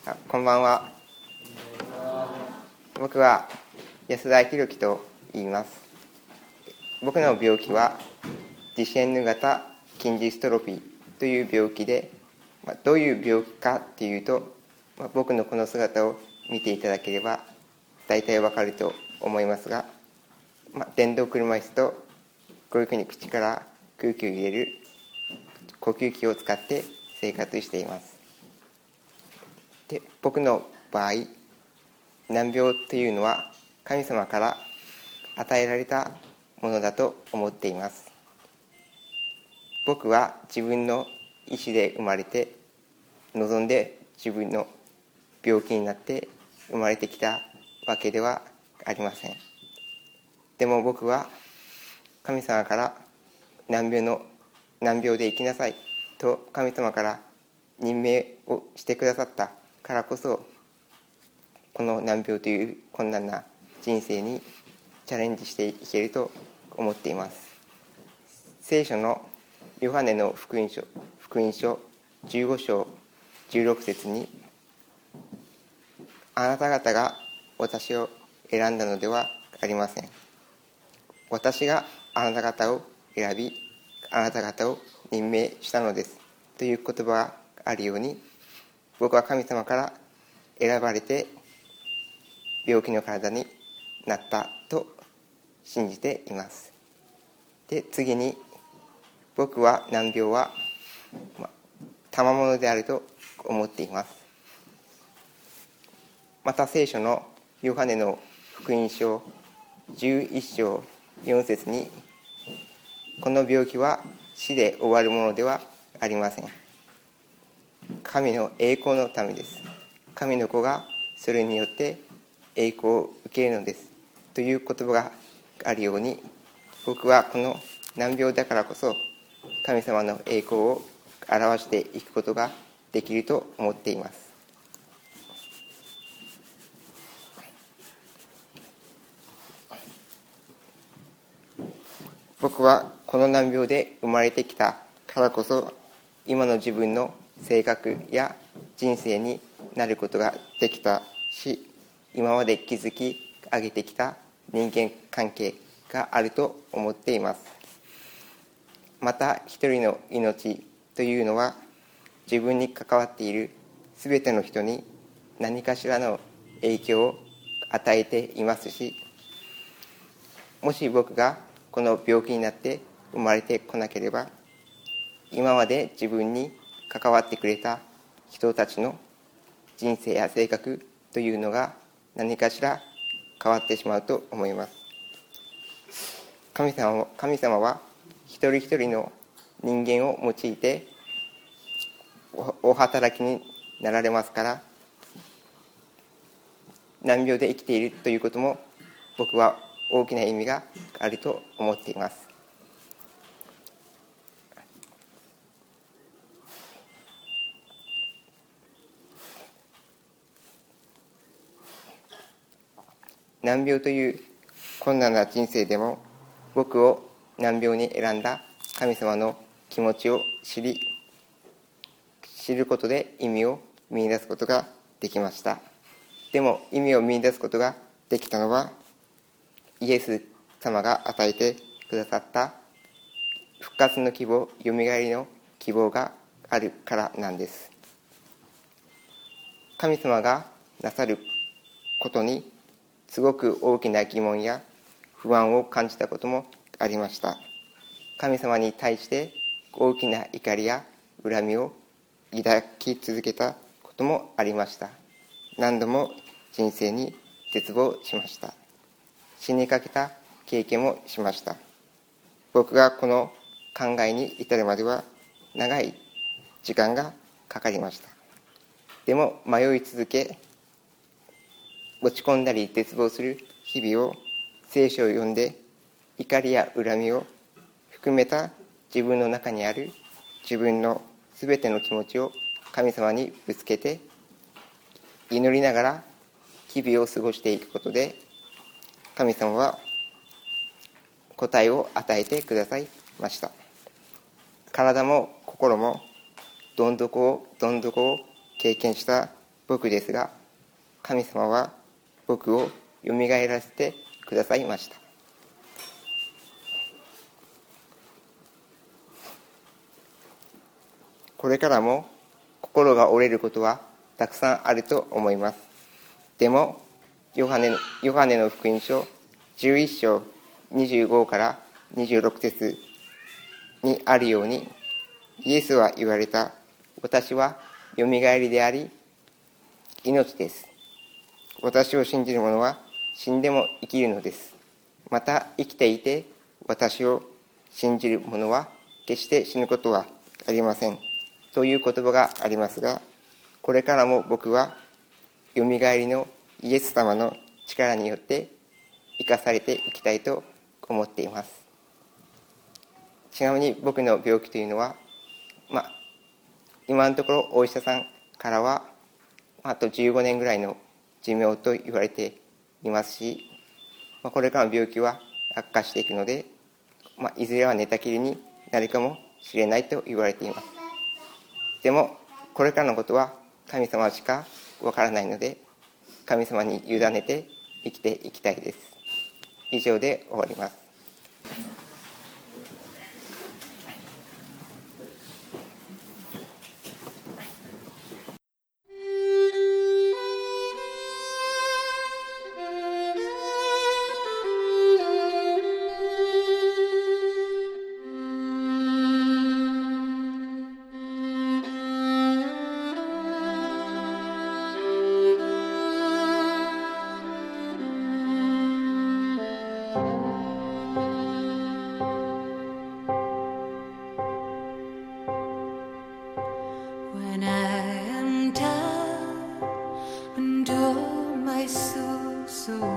こんばんは。僕は安田博樹と言います。僕の病気はデュシェンヌ型筋ジストロフィーという病気で、どういう病気かっていうと、僕のこの姿を見ていただければ大体わかると思いますが、電動車椅子とこういうふうに口から空気を入れる呼吸器を使って生活しています。で、僕の場合、難病というのは神様から与えられたものだと思っています。僕は自分の意思で生まれて、望んで自分の病気になって生まれてきたわけではありません。でも僕は神様から難病で生きなさいと神様から任命をしてくださったからこそ、この難病という困難な人生にチャレンジしていけると思っています。聖書のヨハネの福音書15章16節に、あなた方が私を選んだのではありません。私があなた方を選び、あなた方を任命したのですという言葉があるように、僕は神様から選ばれて病気の体になったと信じています。で、次に、僕は難病は賜物であると思っています。また聖書のヨハネの福音書11章4節に、この病気は死で終わるものではありません。神の栄光のためです。神の子がそれによって栄光を受けるのですという言葉があるように、僕はこの難病だからこそ神様の栄光を表していくことができると思っています。僕はこの難病で生まれてきたからこそ、今の自分の性格や人生になることができたし、今まで築き上げてきた人間関係があると思っています。また一人の命というのは、自分に関わっているすべての人に何かしらの影響を与えていますし、もし僕がこの病気になって生まれてこなければ、今まで自分に関わってくれた人たちの人生や性格というのが何かしら変わってしまうと思います。神様は一人一人の人間を用いてお働きになられますから、難病で生きているということも僕は大きな意味があると思っています。難病という困難な人生でも、僕を難病に選んだ神様の気持ちを知ることで意味を見出すことができました。でも意味を見出すことができたのは、イエス様が与えてくださった復活の希望、よみがえりの希望があるからなんです。神様がなさることにすごく大きな疑問や不安を感じたこともありました。神様に対して大きな怒りや恨みを抱き続けたこともありました。何度も人生に絶望しました。死にかけた経験もしました。僕がこの考えに至るまでは長い時間がかかりました。でも迷い続け、落ち込んだり絶望する日々を聖書を読んで、怒りや恨みを含めた自分の中にある自分のすべての気持ちを神様にぶつけて祈りながら日々を過ごしていくことで、神様は答えを与えてくださいました。体も心もどん底を経験した僕ですが、神様は僕をよみがえらせてくださいました。これからも心が折れることはたくさんあると思います。でもヨハネの福音書11章25から26節にあるように、イエスは言われた。私はよみがえりであり命です。私を信じる者は死んでも生きるのです。また生きていて私を信じる者は決して死ぬことはありませんという言葉がありますが、これからも僕はよみがえりのイエス様の力によって生かされていきたいと思っています。ちなみに僕の病気というのは、今のところお医者さんからはあと15年ぐらいの寿命と言われていますし、これからの病気は悪化していくので、いずれは寝たきりになるかもしれないと言われています。でもこれからのことは神様しかわからないので、神様に委ねて生きていきたいです。以上で終わります。 When I am down and oh my soul so